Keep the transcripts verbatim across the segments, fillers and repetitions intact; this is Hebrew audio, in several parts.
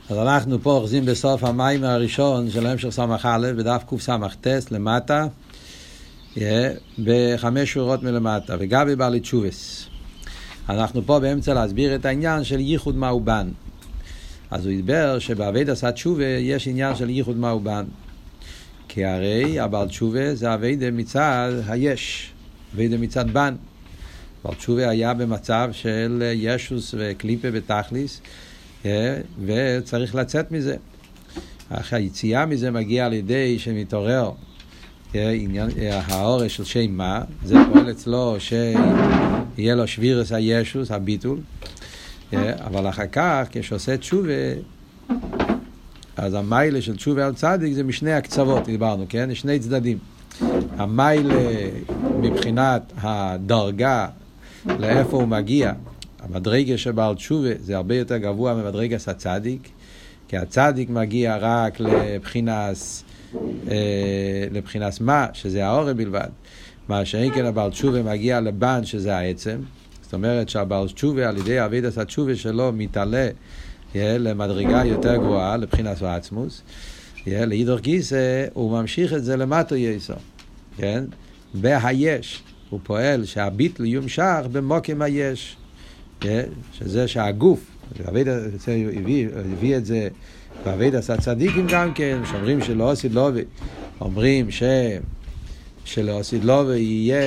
אז אנחנו פה אוחזים בסוף המים הראשון של המשך סמך א' בדף קס"ט למטה, בחמש שורות מלמטה, וגבי בעלי תשובס. אנחנו פה באמצע להסביר את העניין של ייחוד מאובן. אז הוא ידבר שבעבודת התשובה יש עניין של ייחוד מאובן, כי הרי הבעל תשובה זה עבודה מצד היש, עבודה מצד בן. הבעל תשובה היה במצב של ישוס וקליפה בתכליס, וצריך לצאת מזה. היציאה מזה מגיעה על ידי שמתעורר האורש של שם מה, זה פועל אצלו שיהיה לו שבירס הישוס, הביטול, אבל אחר כך כשעושה תשובה, אז המיילה של תשובה על צדיק זה משני הקצוות, דיברנו, כן? יש שני צדדים. המיילה מבחינת הדרגה לאיפה הוא מגיע, המדרגה שבעל תשובה זה הרבה יותר גבוה ממדרגה של הצדיק, כי הצדיק מגיע רק לבחינס, אה, לבחינס מה, שזה האור בלבד. מה שאין כן הבעל תשובה מגיע לבן, שזה העצם. זאת אומרת שהבעל תשובה על ידי עבודת התשובה שלו מתעלה אה, למדרגה יותר גבוהה, לבחינס העצמוס. אה, להידור גיסא הוא ממשיך את זה למטה יסו. כן? בהיש הוא פועל שהביטל יומשך במוקם היש. שזה שהגוף, הביא, הביא את זה בעבודת הצדיקים גם כן, שאומרים שלא עשית לובי, אומרים ש... שלא עשית לובי יהיה,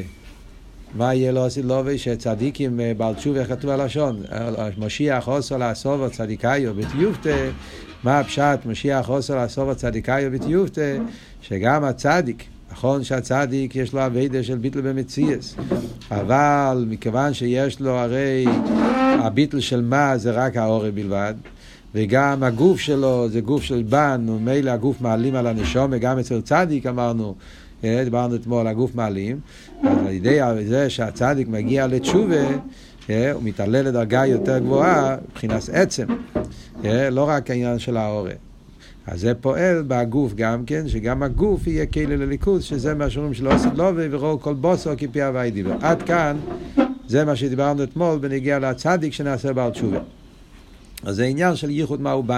מה יהיה לא עשית לובי? שצדיקים בעל תשובה כתוב הלשון, משיח עושו לעשוב צדיקאיו בתיובתא, מה הפשט משיח עושו לעשוב צדיקאיו בתיובתא, שגם הצדיק, נכון שהצדיק יש לו עבודה של ביטל במציאס, אבל מכיוון שיש לו הרי הביטל של מה זה רק האור בלבד, וגם הגוף שלו זה גוף של בן, ומילא הגוף מעלים על הנשום, וגם אצל צדיק אמרנו, דיברנו אתמול, הגוף מעלים, אז על ידי זה שהצדיק מגיע לתשובה, הוא מתעלה לדרגה יותר גבוהה, מבחינת עצם, לא רק העניין של האור. אז זה פועל בגוף גם כן, שגם הגוף יהיה כאילו לליכוז, שזה מה שאומרים שלא עושה לובי ורואו כל בוסו כפי הווי דיבר. עד כאן, זה מה שדיברנו אתמול בנגיע לצדיק שנעשה בעל תשובה. אז זה עניין של ייחוד מאובן.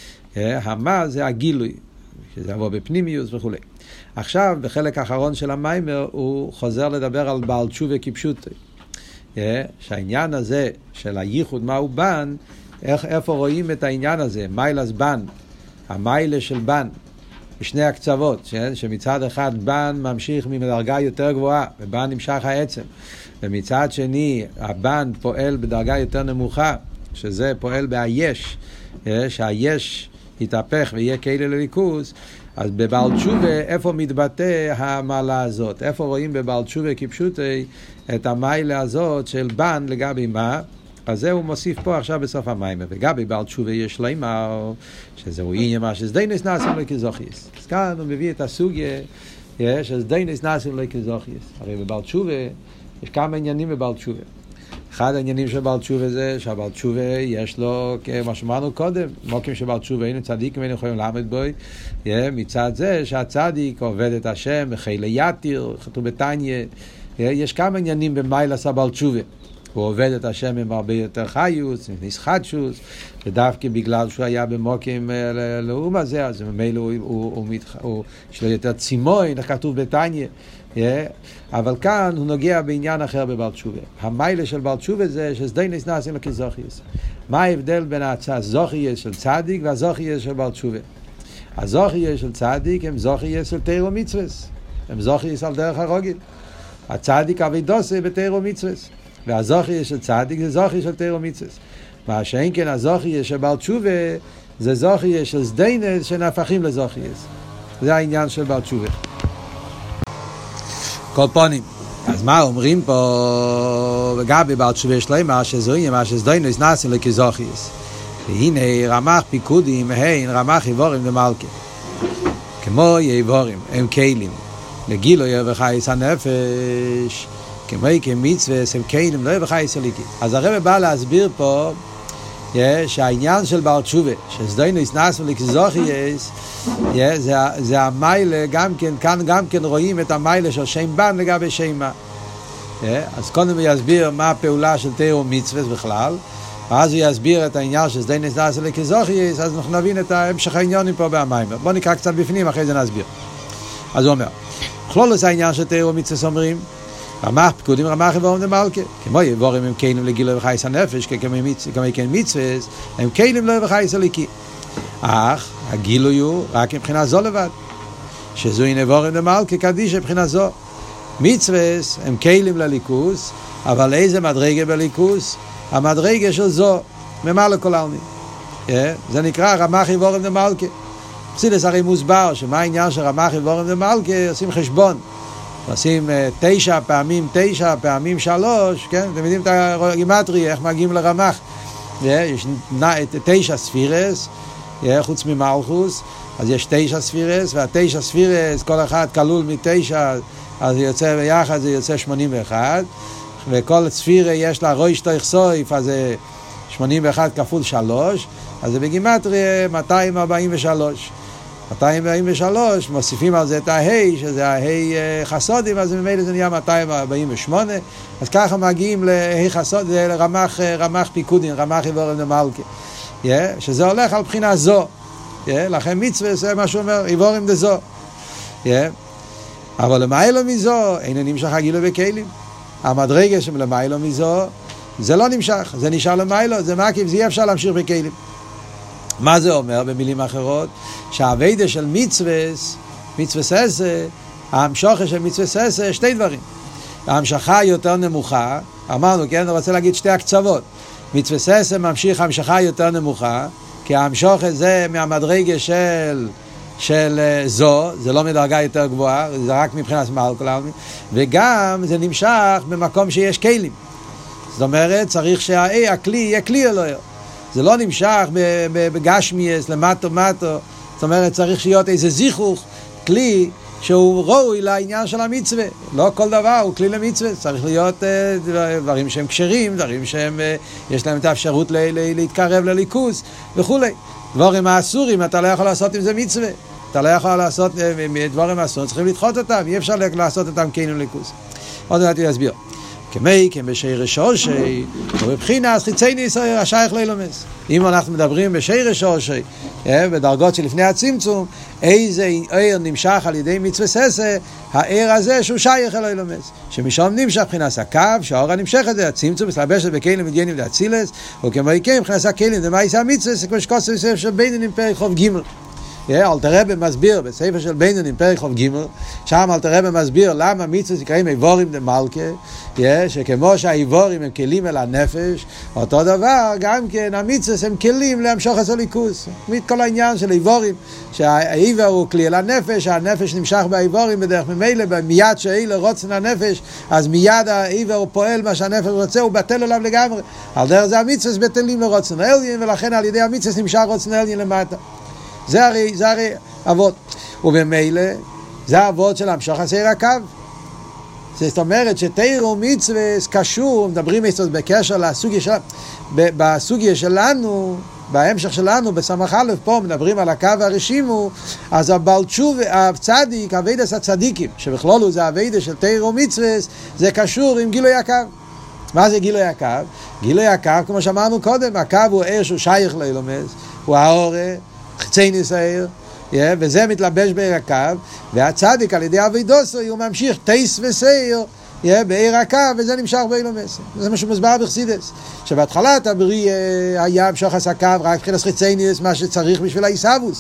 המה זה הגילוי, שזה יבוא בפנימיוס וכו'. עכשיו, בחלק האחרון של המיימר, הוא חוזר לדבר על בעל תשובה כפשוטו. שהעניין הזה של הייחוד מאובן, איך, איפה רואים את העניין הזה? מיילס בן. המיילה של בן, בשני הקצוות, ש... שמצד אחד בן ממשיך מדרגה יותר גבוהה, ובן נמשך העצם, ומצד שני הבן פועל בדרגה יותר נמוכה, שזה פועל בהיש, שהיש יתהפך ויהיה כאילו לליכוז. אז בבעל תשובה, איפה מתבטא המעלה הזאת? איפה רואים בבעל תשובה כפשוטי את המיילה הזאת של בן לגבי מה? אז זה הוא מוסיף פה עכשיו בסוף המים. וגבי בעל תשובה יש לימר, שזהו עניין מה שזדיינס נעשים לו כזוכיס. אז כאן הוא מביא את הסוגיה, שזדיינס נעשים לו כזוכיס. הרי בבעל תשובה יש כמה עניינים בבעל תשובה. אחד העניינים של בעל תשובה זה שהבעל תשובה יש לו, כמו שאמרנו קודם, מוקים שבעל תשובה היינו צדיקים היינו יכולים לעמד בו, מצד זה שהצדיק עובד את השם, חילה יתיר, חתום בתניה, יש כמה עניינים במיילס הבעל תשובה. הוא עובד את השם עם הרבה יותר חיוס, עם נסחדשוס, ודווקא בגלל שהוא היה במוקים לאום הזה, אז ממילא הוא, הוא, הוא, הוא, יש לו יותר צימוי, כתוב בתניה. Yeah. אבל כאן הוא נוגע בעניין אחר בבעל תשובה. המיילה של בעל תשובה זה שזדיינס נעשים לו כזוכיס. מה ההבדל בין הזוכיס של צדיק והזוכיס של בעל תשובה? הזוכיס של צדיק הם זוכיס של תורה ומצוות. הם זוכיס על דרך הרגיל. הצדיק עבודתו בתורה ומצוות. והזוכיס של צדיק זה זוכיס של תורה ומצוות. מה שאין כן הזוכיס של בעל תשובה זה זוכיס של זדיינס שנהפכים לזוכיס. זה העניין של בעל תשובה. כל פונים. אז מה אומרים פה לגבי בעל תשובה שלמה שזוהים מה שזדיינס נעשים לו כזוכיס. והנה רמ"ח פיקודים הן רמ"ח איבורים ומלכה. כמו איבורים הם כלים לגילוי וחייס הנפש, כמו כמצווה הם כלים לא וחייס הליקית. אז הרב בא להסביר פה שהעניין של בעל תשובה שזדיינס נעשים לו כזוכיס, זה, זה המיילה, גם כן, כאן גם כן רואים את המיילה של שם בן לגבי שם מה. אז קודם הוא יסביר מה הפעולה של תורה ומצוות בכלל, ואז הוא יסביר את העניין של סדי נסדס לכזוכיס, אז אנחנו נבין את המשך העניונים פה במים. בוא נקרא קצת בפנים, אחרי זה נסביר. אז הוא אומר, כלולוס העניין של תורה ומצוות אומרים, רמ"ח פקודים רמ"ח איבורים דמלכה, כמו איבורים הם כלים לגילוי וחייס הנפש, כמו כן מצוות, הם כלים לא וחייס הליקי. אך הגילוי הוא רק מבחינה זו לבד, שזו אין איבורים דמלכה קדיש מבחינה זו. מצוות הם כלים לליכוס, אבל איזה מדרגה בליכוס? המדרגה של זו, ממלא כל העלמין. זה נקרא רמ"ח איבורים דמלכה. חסידות הרי מוסבר שמה העניין של רמ"ח איבורים דמלכה, עושים חשבון. עושים תשע פעמים תשע פעמים שלוש, כן? אתם יודעים את הגימטריה, איך מגיעים לרמ"ח. יש תשע ספירס, חוץ ממלכוס, אז יש תשע ספירס, והתשע ספירס, כל אחד כלול מתשע, אז זה יוצא ביחד, זה יוצא שמונים ואחת, וכל ספירה יש לה ראש תוך סויף, אז זה שמונים ואחת כפול שלוש, אז זה בגימטריה מאתיים ארבעים ושלוש. מאתיים ארבעים ושלוש, מוסיפים על זה את ההי, שזה ההי חסודים, אז ממילא זה נהיה מאתיים ארבעים ושמונה, אז ככה מגיעים להי חסודים, זה רמ"ח, רמ"ח פיקודין, רמ"ח איבורים דמלכה, yeah, שזה הולך על בחינה זו, yeah, לכן מצווה זה מה שהוא אומר, איבורים דזו, yeah. אבל למיילו מזו, אין נמשך הגילוי בכלים. המדרגה שלמיילו מזו, זה לא נמשך, זה נשאר למיילו, זה מקיף, זה אי אפשר להמשיך בכלים. מה זה אומר במילים אחרות? שהעבודה של מצווה, מצווה ססה, ההמשכה של מצווה ססה, שתי דברים. ההמשכה יותר נמוכה, אמרנו, כן, אני רוצה להגיד שתי הקצוות. מצווה ססה ממשיך המשכה יותר נמוכה, כי ההמשכה זה מהמדרגה של... של זו, זה לא מדרגה יותר גבוהה, זה רק מבחינת מלכות העלמין, וגם זה נמשך במקום שיש כלים. זאת אומרת, צריך שהכלי יהיה כלי אלוהי. זה לא נמשך בגשמיאס, למטו מטו, זאת אומרת, צריך להיות איזה זיכוך, כלי שהוא ראוי לעניין של המצווה. לא כל דבר הוא כלי למצווה, צריך להיות דברים שהם קשרים, דברים שהם, יש להם את האפשרות להתקרב לליכוס וכו'. דברים האסורים, אתה לא יכול לעשות עם זה מצווה. אתה לא יכול לעשות דברים האסורים, צריכים לדחות אותם, אי אפשר לעשות אותם כאילו ליכוס. עוד מעט להסביר. כמי, כמשי שורשי, ובבחינת חיצייני ישראל השייך לאילומס. אם אנחנו מדברים בשי שורשי, בדרגות שלפני הצמצום, איזה עיר נמשך על ידי מצווה ססה, העיר הזה שהוא שייך אל האילומס. שמשום נמשך מבחינת הקו, שהאור הנמשך הזה, הצמצום, מסלבשת בכלים מדיינים להצילס, וכמי כן מבחינת הכלים, זה מה יישא מצווה, כמו שכוסף בספר של בינונים פרק חוב ג'. אלתר רבי מסביר בספר של בינונים פרק חוב ג', שם אלתר רבי מסביר למה מצווה נקראים איבורים דמלכה, שכמו שהאיבורים הם כלים אל הנפש, אותו דבר גם כן המצווה הם כלים להמשוך את הליכוס. כל העניין של איבורים, שהאיבר הוא כלי אל הנפש, הנפש נמשך באיבורים בדרך ממילא, מיד שאלה רוצן הנפש, אז מיד האיבר הוא פועל מה שהנפש רוצה, הוא בטל עליו לגמרי. על דרך זה המצווה בטלים לרוצן אלין, ולכן על ידי המצווה נמשך רוצן אלין למטה. זה הרי, זה הרי אבות. ובמילא, זה אבות של המשוך הסעיר הקו. זאת אומרת שתורה ומצווה קשור, מדברים איתו בקשר לסוגיה שלנו, בסוגיה שלנו, בהמשך שלנו, בסמך א' פה מדברים על הקו הרשימו, אז הבעל תשובה, הצדיק, עבודת הצדיקים, שבכללו זה עבודה של תורה ומצווה, זה קשור עם גילוי הקו. מה זה גילוי הקו? גילוי הקו, כמו שאמרנו קודם, הקו הוא עיר שהוא שייך לאילומס, הוא האור, חיצייני העיר, Yeah, וזה מתלבש בעיר הקו, והצדיק על ידי עבודתו הוא ממשיך טייס וסייר yeah, בעיר הקו, וזה נמשך באילומס. זה מה שמוסבר בחסידות, שבהתחלת הבריאה היה המשוך הקו רק מבחינת חיצייניוס, מה שצריך בשביל העיסאוויס.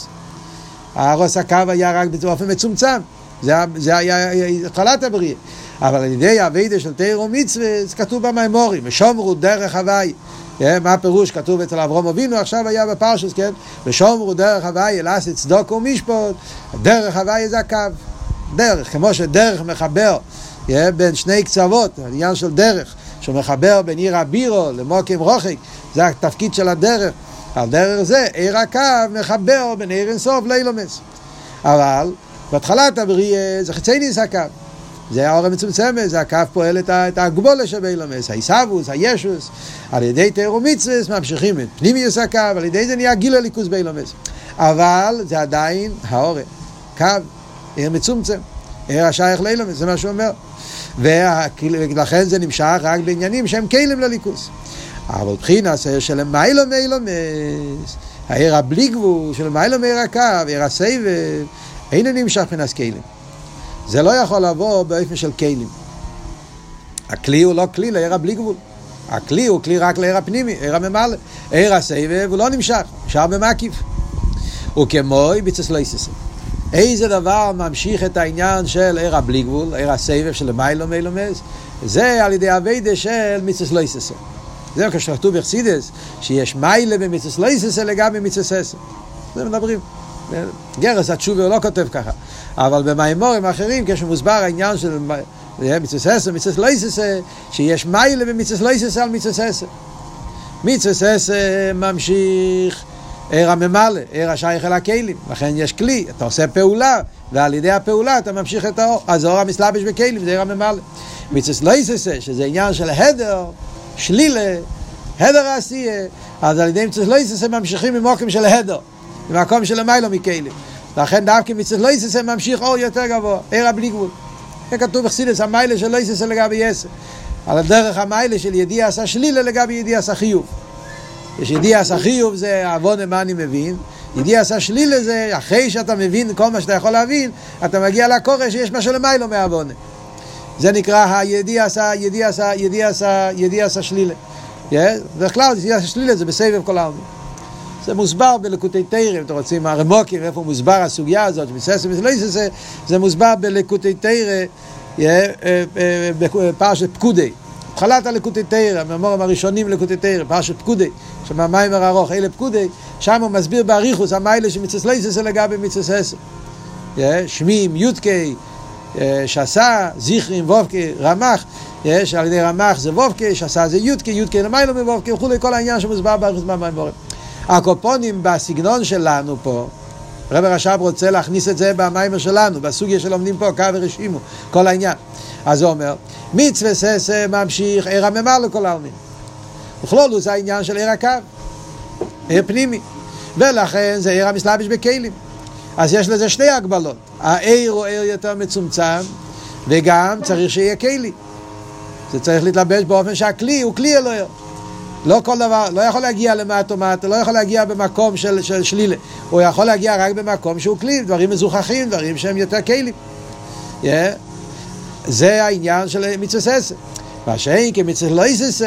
הרוס הקו היה רק באופן מצומצם, זה, זה היה התחלת הבריאה. אבל על ידי העבודה של תורה ומצווה, זה כתוב במימורים, ושומרו דרך הווי. Yeah, מה הפירוש? כתוב אצל אברהם אבינו, עכשיו היה בפרשת, כן? ושומרו דרך הווי, לעשות צדוק ומשפט, דרך הווי זה הקו. דרך, כמו שדרך מחבר yeah, בין שני קצוות, העניין של דרך, שמחבר בין עיר הבירו למוקם רוחק, זה התפקיד של הדרך. על דרך זה, עיר הקו מחבר בין עיר אינסוף לאילומס. אבל, בהתחלת הבריאה, זה חיצייניוס הקו. זה האור המצומצמת, זה הקו פועל את הגבולה שבאילומס, העיסאוויס, הישוס, על ידי תורה ומצווה ממשיכים את פנימיוס הקו, על ידי זה נהיה גילוי ליכוז באילומס. אבל זה עדיין האור, קו, עיר מצומצם, עיר השייך לאילומס, זה מה שהוא אומר. ולכן זה נמשך רק בעניינים שהם כלים לליכוז. אבל בחינס העיר של מיילו מאילומס, העיר הבלי גבול של מיילו מעיר הקו, עיר הסבב, אין נמשך מבחינת כלים. זה לא יכול לבוא באופן של כלים. הכלי הוא לא כלי לעיר הבלי גבול. הכלי הוא כלי רק לעיר הפנימי, עיר הממלא. עיר הסבב הוא לא נמשך, נשאר במקיף. וכמו ביצס לא יססה. איזה דבר ממשיך את העניין של עיר הבלי גבול, עיר הסבב של מיילו מאילומס, זה על ידי הווידה של מצווה לא יססה. זה כשכתוב בחסידות שיש מיילה במצווה לא יססה לגבי מצווה ססה. זה מדברים. גרס התשובה הוא לא כותב ככה. אבל במאמרים אחרים כשמוסבר העניין של מצווה ססה, מצווה לא יססה, שיש מיילה במצווה לא יססה על מצווה ססה. מצווה ססה ממשיך עיר הממלא, עיר השייך אל הכלים. לכן יש כלי, אתה עושה פעולה, ועל ידי הפעולה אתה ממשיך את האור. אז האור המסלבש בכלים, זה עיר הממלא. מצווה לא יססה, שזה עניין של הדר, שלילה, הדר העשייה, אז על ידי מצווה לא יססה ממשיכים ממוקם של הדר, ממקום של המיילו מכלים. לכן דווקא מצווה לא יססה ממשיך אור יותר גבוה, עיר הבלי גבול. זה כתוב בחסידות, המיילה של לא יססה לגבי יסה. על הדרך המיילה של ידיעה עשה שלילה לגבי ידיעה עשה חיוב. יש ידיעה עשה חיוב, זה עוונה מה אני מבין. ידיעה עשה שלילה זה, אחרי שאתה מבין כל מה שאתה יכול להבין, אתה מגיע לקורא שיש משהו למיילו מהעוונה. זה נקרא הידיעה עשה, ידיעה עשה, ידיעה עשה, ידיעה עשה שלילה. בכלל, ידיעה עשה שלילה זה בסבב כל העלמין. זה מוסבר בליקוטי תורה, אם אתם רוצים, הרמוקים, איפה מוסבר הסוגיה הזאת, זה מוסבר בליקוטי תורה, בפרשת פקודי. התחלת הליקוטי תורה, המאמרים הראשונים לליקוטי תורה, פרשת פקודי, שם המיימר הארוך, אלה פקודי, שם הוא מסביר באריכוס, המיילה שמצווה לא יססה לגבי מצווה ססה. שמים, יודקי, שסה, זיכרים, וובקי, רמח, יש על ידי רמח זה וובקי, שסה זה יודקי, יודקי למיילו מבובקי, וכולי, כל העניין שמוסבר באריכוס מהמיימורים. הקופונים בסגנון שלנו פה, רב רש"ב רוצה להכניס את זה במיימר שלנו, בסוגיה שלומדים פה, קו ורשימו, כל העניין. אז הוא אומר, מצווה ססה ממשיך עיר הממלא לכל העלמין. וכלולו זה העניין של עיר הקו, עיר פנימי. ולכן זה עיר המסלבש בכלים. אז יש לזה שתי הגבלות. העיר הוא עיר יותר מצומצם, וגם צריך שיהיה כלי. זה צריך להתלבש באופן שהכלי הוא כלי אלוהי. לא כל דבר, לא יכול להגיע למטו מטו, לא יכול להגיע במקום של, של שלילה. הוא יכול להגיע רק במקום שהוא כלי, דברים מזוכחים, דברים שהם יותר כלים. Yeah. זה העניין של מצווה ססה. מה שאין כמצווה לא יססה,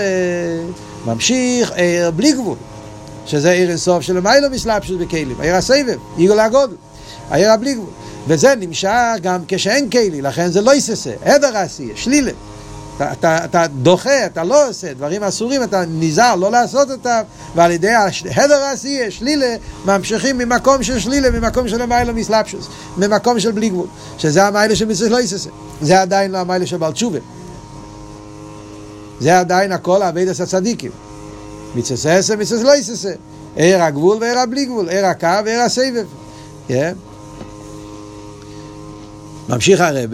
ממשיך עיר בלי גבול, שזה עיר אינסוף של מיילו מסלבשות בכלים, עיר הסבב, עיגול הגודל, העיר הבלי גבול. וזה נמשך גם כשאין כלי, לכן זה לא יססה, הדר עשייה, שלילה. אתה, אתה, אתה דוחה, אתה לא עושה, דברים אסורים, אתה נזהר לא לעשות אותם, ועל ידי הדר עשייה, שלילה, ממשיכים ממקום של שלילה, ממקום של מיילו מסלבשות, ממקום של בלי גבול, שזה המיילו של מצווה לא יססה. זה עדיין לא המיילו של בעל תשובה. זה עדיין הכל עבודת הצדיקים. מצווה ססה, מצווה לא יססה. עיר הגבול ועיר הבלי גבול, עיר הקו ועיר הסבב. Yeah. ממשיך הרבה.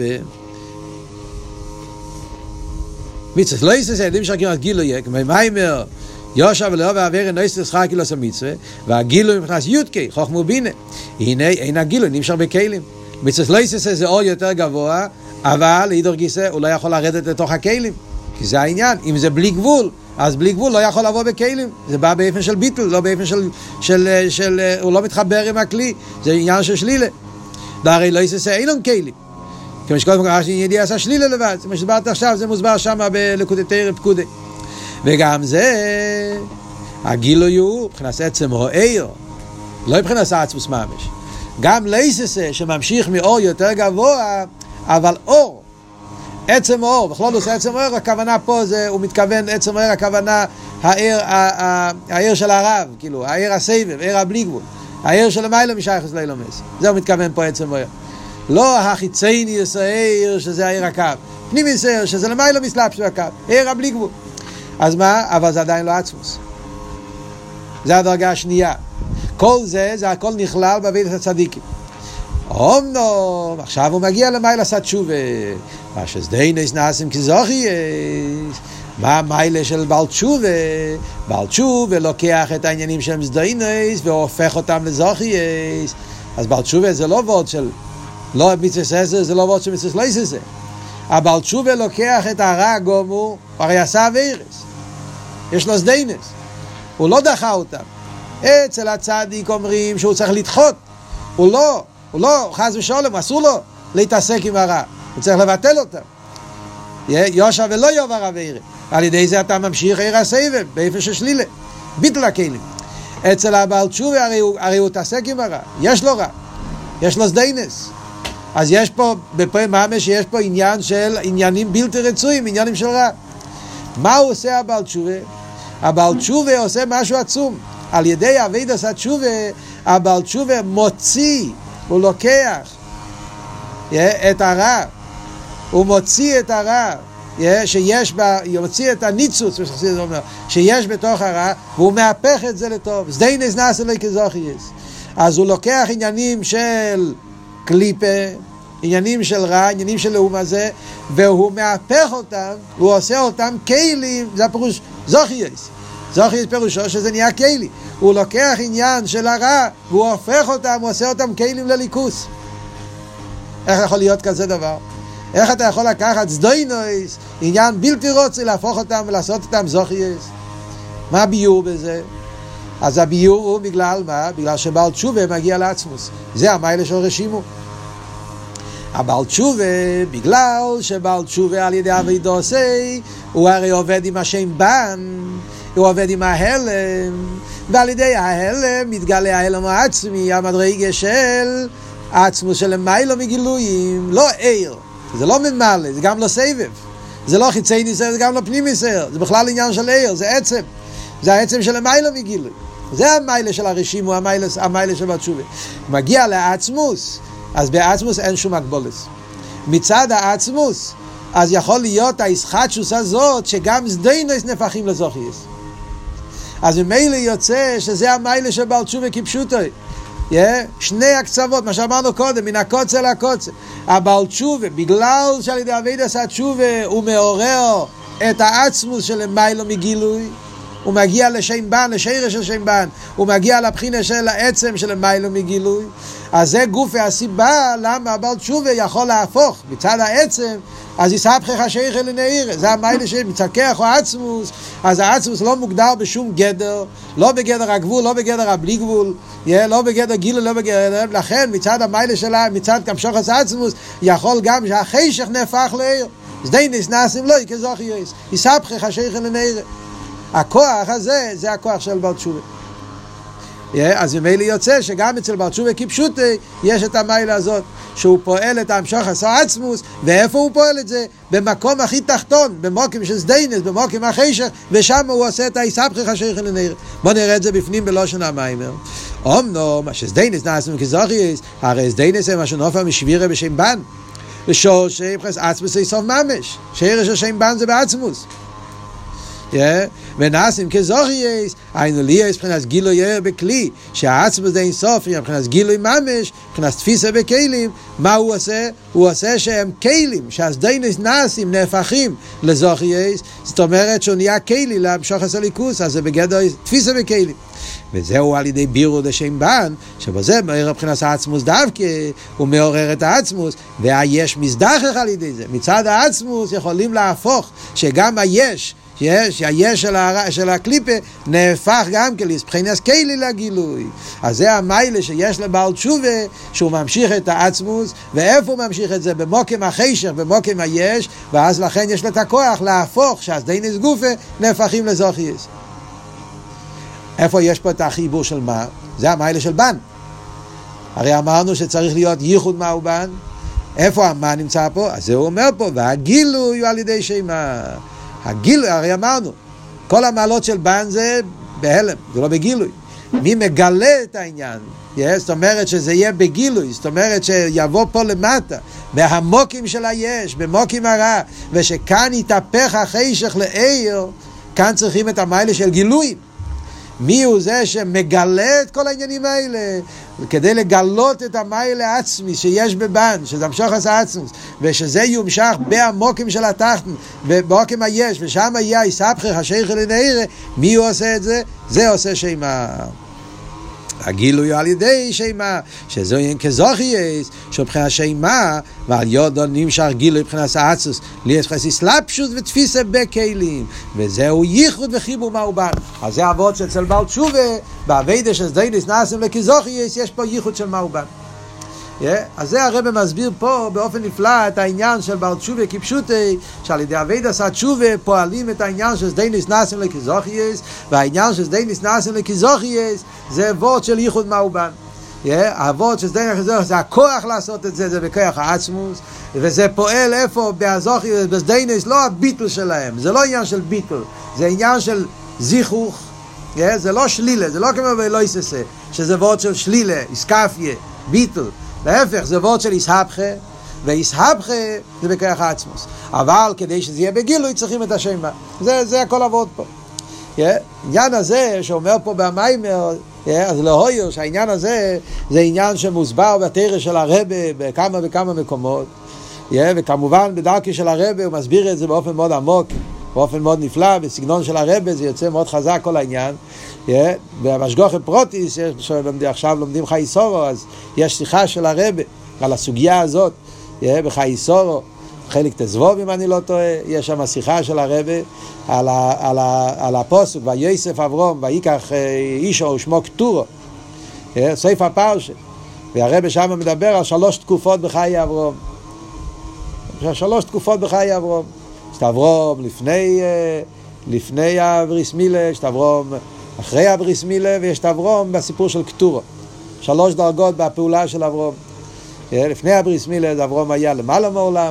מצווה לא יססה, יודעים שרקים על גילו יהיה, כמו מיימר, יושב ולאו ועבר אינו יססה שכר כאילו עשה מצווה, והגילו מבחינת יודקי, חוכמה ובינה. הנה, אין הגילו, נמשך בכלים. מצווה לא יססה זה אור יותר גבוה, אבל להידור גיסא הוא לא יכול לרדת לתוך הכלים. כי זה העניין, אם זה בלי גבול, אז בלי גבול לא יכול לבוא בכלים. זה בא באופן של ביטל, לא באופן של, של, של, של הוא לא מתחבר עם הכלי, זה עניין של שלילה. דהרי לא יססה אינון כלים. כמו שקודם כל, ידיעה עשה שלילה לבד, זה מה שדברת עכשיו, זה מוסבר שם בליקוטי תורה פקודי. וגם זה, הגילוי הוא, מבחינת עצם או עיר, לא מבחינת עצמוס ממש. גם לא יססה שממשיך מאור יותר גבוה, אבל אור, עצם אור, בכלל לא עושה עצם אור, הכוונה פה זה, הוא מתכוון עצם אור, הכוונה העיר, העיר של הרב, כאילו, העיר הסבב, העיר הבלי גבול, העיר של המיילו משייכס לאילומס, זה הוא מתכוון פה עצם אור. לא החיצייני ישראל שזה העיר הקו, פנימי ישראל שזה למיילו מסלאפ של הקו, העיר הבלי גבול. אז מה? אבל זה עדיין לא עצמוס. זה הדרגה השנייה. כל זה, זה הכל נכלל בעבודת הצדיקים. אומנם, עכשיו הוא מגיע למיילה עשה תשובה, מה שזדיינס נעשים כזוכייס, מה המיילה של בעל תשובה? בעל תשובה לוקח את העניינים של זדיינס והופך אותם לזוכייס. אז בעל תשובה זה לא ווד של, לא מצווה ססה, זה לא ווד של מצווה לא ססה. הבעל תשובה לוקח את הרע גומו, הרי עשה עבירס. יש לו סדיינס, הוא לא דחה אותם. אצל הצדיק אומרים שהוא צריך לדחות, הוא לא, הוא לא, חס ושלום, אסור לו להתעסק עם הרע, הוא צריך לבטל אותם. יושע ולא יאבר עבירה, על ידי זה אתה ממשיך עיר הסבב, באיפה ששלילה, ביטל הכלים. אצל הבעל תשובה הרי הוא, הרי הוא תעסק עם הרע, יש לו רע, יש לו סדיינס. אז יש פה, בפרק ממש יש פה עניין של עניינים בלתי רצויים, עניינים של רע. מה הוא עושה הבעל תשובה? הבעל תשובה עושה משהו עצום. על ידי עבודת התשובה, הבעל תשובה מוציא, הוא לוקח את הרע, הוא מוציא את הרע, שיש בה, הוא מוציא את הניצוץ, שיש בתוך הרע, והוא מהפך את זה לטוב. סדיינס נעשה לו כזוכייס. אז הוא לוקח עניינים של קליפה, עניינים של רע, עניינים של לאום הזה, והוא מהפך אותם, הוא עושה אותם כלים, זה הפירוש זוכייס. זוכייס פירושו שזה נהיה כלי. הוא לוקח עניין של הרע, והוא הופך אותם, הוא עושה אותם כלים לליכוס. איך יכול להיות כזה דבר? איך אתה יכול לקחת סדוינויס, עניין בלתי רוצה, להפוך אותם ולעשות אותם זוכייס? מה הביור בזה? אז הביור הוא בגלל מה? בגלל שבעל תשובה מגיע לעצמוס. זה המיילה של רשימו. הבעל תשובה, בגלל שבעל תשובה על ידי עבודה עושה, הוא הרי עובד עם השם בן, הוא עובד עם ההלם, ועל ידי ההלם מתגלה ההלם העצמי, המדרגה של עצמוס של מיילו מגילויים, לא עיר, זה לא ממלא, זה גם לא סבב, זה לא חיצי ניסר, זה גם לא פנימי ניסר, זה בכלל עניין של עיר, זה עצם, זה העצם של מיילו מגילוי, זה המיילה של הרשימו, המיילה, המיילה של התשובה. מגיע לעצמוס, אז בעצמוס אין שום הגבולס. מצד העצמוס, אז יכול להיות הישחטשוס הזאת, שגם סדיינס נפחים לזוכייס. אז ממילא יוצא שזה המיילה של בעל תשובה כפשוטו. Yeah, שני הקצוות, מה שאמרנו קודם, מן הקוצה לקוצה. הבעל תשובה, בגלל שעל ידי עבודת התשובה, הוא מעורר את העצמוס של מיילו מגילוי, הוא מגיע לשם בן, לשרש של שם בן, הוא מגיע לבחינה של העצם של מיילו מגילוי. אז זה גוף והסיבה למה הבעל תשובה יכול להפוך מצד העצם, אז יספחך השייך אל נעיר, זה המיילה שמצקח או עצמוס. אז העצמוס לא מוגדר בשום גדר, לא בגדר הגבול, לא בגדר הבלי גבול, לא בגדר גיל, לא בגדר, לכן מצד המיילה שלה, מצד כמשוחס העצמוס, יכול גם שהחשך נהפך לעיר, סדיינס נעשים לו כזוכייס, יספחך השייך אל נעיר. הכוח הזה, זה הכוח של בעל תשובה. אז ממילא יוצא שגם אצל בעל תשובה כפשוטו יש את המיילה הזאת, שהוא פועל את המשוחס העצמוס. ואיפה הוא פועל את זה? במקום הכי תחתון, במוקים של סדיינס, במוקים החשך, ושם הוא עושה את היסבכך השייך לנעיר. בוא נראה את זה בפנים בלושן המיימר. אומנו, מה שסדיינס נעשים כזוכייס, הרי סדיינס זה מה שנופע משבירה בשם בן, ושור שיבחס עצמוס איסוף ממש, שרש השם בן זה בעצמוס. ונעשים כזוכייס, היינו לי מבחינת גילוי ער בכלי, שהעצמוס זה אינסוף, מבחינת גילוי ממש, מבחינת תפיסה בכלים. מה הוא עושה? הוא עושה שהם כלים, שהסדיינס נעשים, נהפכים לזוכייס, זאת אומרת שהוא נהיה כלי למשוחס הליכוס, אז זה בגדר תפיסה בכלים. וזהו על ידי בירו דשם בן, שבזה מעורר מבחינת העצמוס דווקא, הוא מעורר את העצמוס, והיש מזדחך על ידי זה. מצד העצמוס יכולים להפוך שגם היש, יש, היש של, הר... של הקליפה נהפך גם כליס, בחינס כלי לגילוי. אז זה המיילה שיש לבעל תשובה, שהוא ממשיך את העצמוס, ואיפה הוא ממשיך את זה? במוקם החשך, במוקם היש, ואז לכן יש לו את הכוח להפוך, שהסדיינס גופה נהפכים לזוכייס. איפה יש פה את החיבור של מה? זה המיילה של בן. הרי אמרנו שצריך להיות ייחוד מהו בן. איפה המה נמצא פה? אז זה הוא אומר פה, והגילוי הוא על ידי שמה. הגילוי, הרי אמרנו, כל המעלות של בן זה בהלם, זה לא בגילוי. מי מגלה את העניין? Yeah, זאת אומרת שזה יהיה בגילוי, זאת אומרת שיבוא פה למטה, בהמוקים של היש, במוקים הרע, ושכאן יתהפך החשך לעיר, כאן צריכים את המיילה של גילויים. מי הוא זה שמגלה את כל העניינים האלה? כדי לגלות את המיילה העצמי שיש בבן, שזה המשוחס העצמוס, ושזה יומשך בעמוקים של התחתן, ובעוקים היש, ושם יהיה יסבכך השייך לנעירה. מי הוא עושה את זה? זה עושה שמה. הגילוי על ידי שימה, שזו אין כזוכייס, שבחינה שימה, ועל יודו נמשך גילוי מבחינת האצוס, ליחס אסלאפשוס ותפיסה בכלים, וזהו ייחוד וחיבור מעובד. אז זה עבוד שאצל בעל תשובה, בעבודה של סדייניס נעשים לכזוכייס, יש פה ייחוד של מעובד. Yeah, אז זה הרב מסביר פה באופן נפלא את העניין של בעל תשובה כפשוטי, שעל ידי עבודת התשובה פועלים את העניין של סדייניס נעשים לכזוכייס, והעניין של סדייניס נעשים לכזוכייס זה עבוד של ייחוד מעובד. Yeah, העבוד של סדייניס לכזוכייס זה הכוח לעשות את זה, זה בכוח העצמוס, וזה פועל איפה בהזוכייס, בסדייניס, לא הביטל שלהם, זה לא עניין של ביטל, זה עניין של זיכוך, yeah, זה לא שלילה, זה לא כמו בלא יססה, שזה עבוד של שלילה, איסקפיה, ביטל. להפך, זה וורט של איסהבכה, ואיסהבכה זה בכוח העצמוס. אבל כדי שזה יהיה בגילוי צריכים את השם בה. זה, זה הכל עבוד פה. העניין הזה שאומר פה במיימר, אז לא הויר, שהעניין הזה זה עניין שמוסבר בתרא של הרבי בכמה וכמה מקומות, וכמובן בדרכי של הרבי הוא מסביר את זה באופן מאוד עמוק, באופן מאוד נפלא, בסגנון של הרבי זה יוצא מאוד חזק כל העניין. במשגוחי פרוטיס, עכשיו לומדים חייסורו, אז יש שיחה של הרבי על הסוגיה הזאת, בחייסורו, חלק תזבוב אם אני לא טועה, יש שם שיחה של הרבי על, ה, על, ה, על הפוסוק, ויוסף אברום, ויקח אישו ושמו קטורו, סעיף הפרשה, והרבי שם מדבר על שלוש תקופות בחיי אברום, שלוש תקופות בחיי אברום, שתברום לפני, לפני הבריס מילה, שתברום אחרי הבריס מילה, ויש תברום בסיפור של קטורו, שלוש דרגות בפעולה של אברום. לפני הבריס מילה אברום היה למעלה מעולם,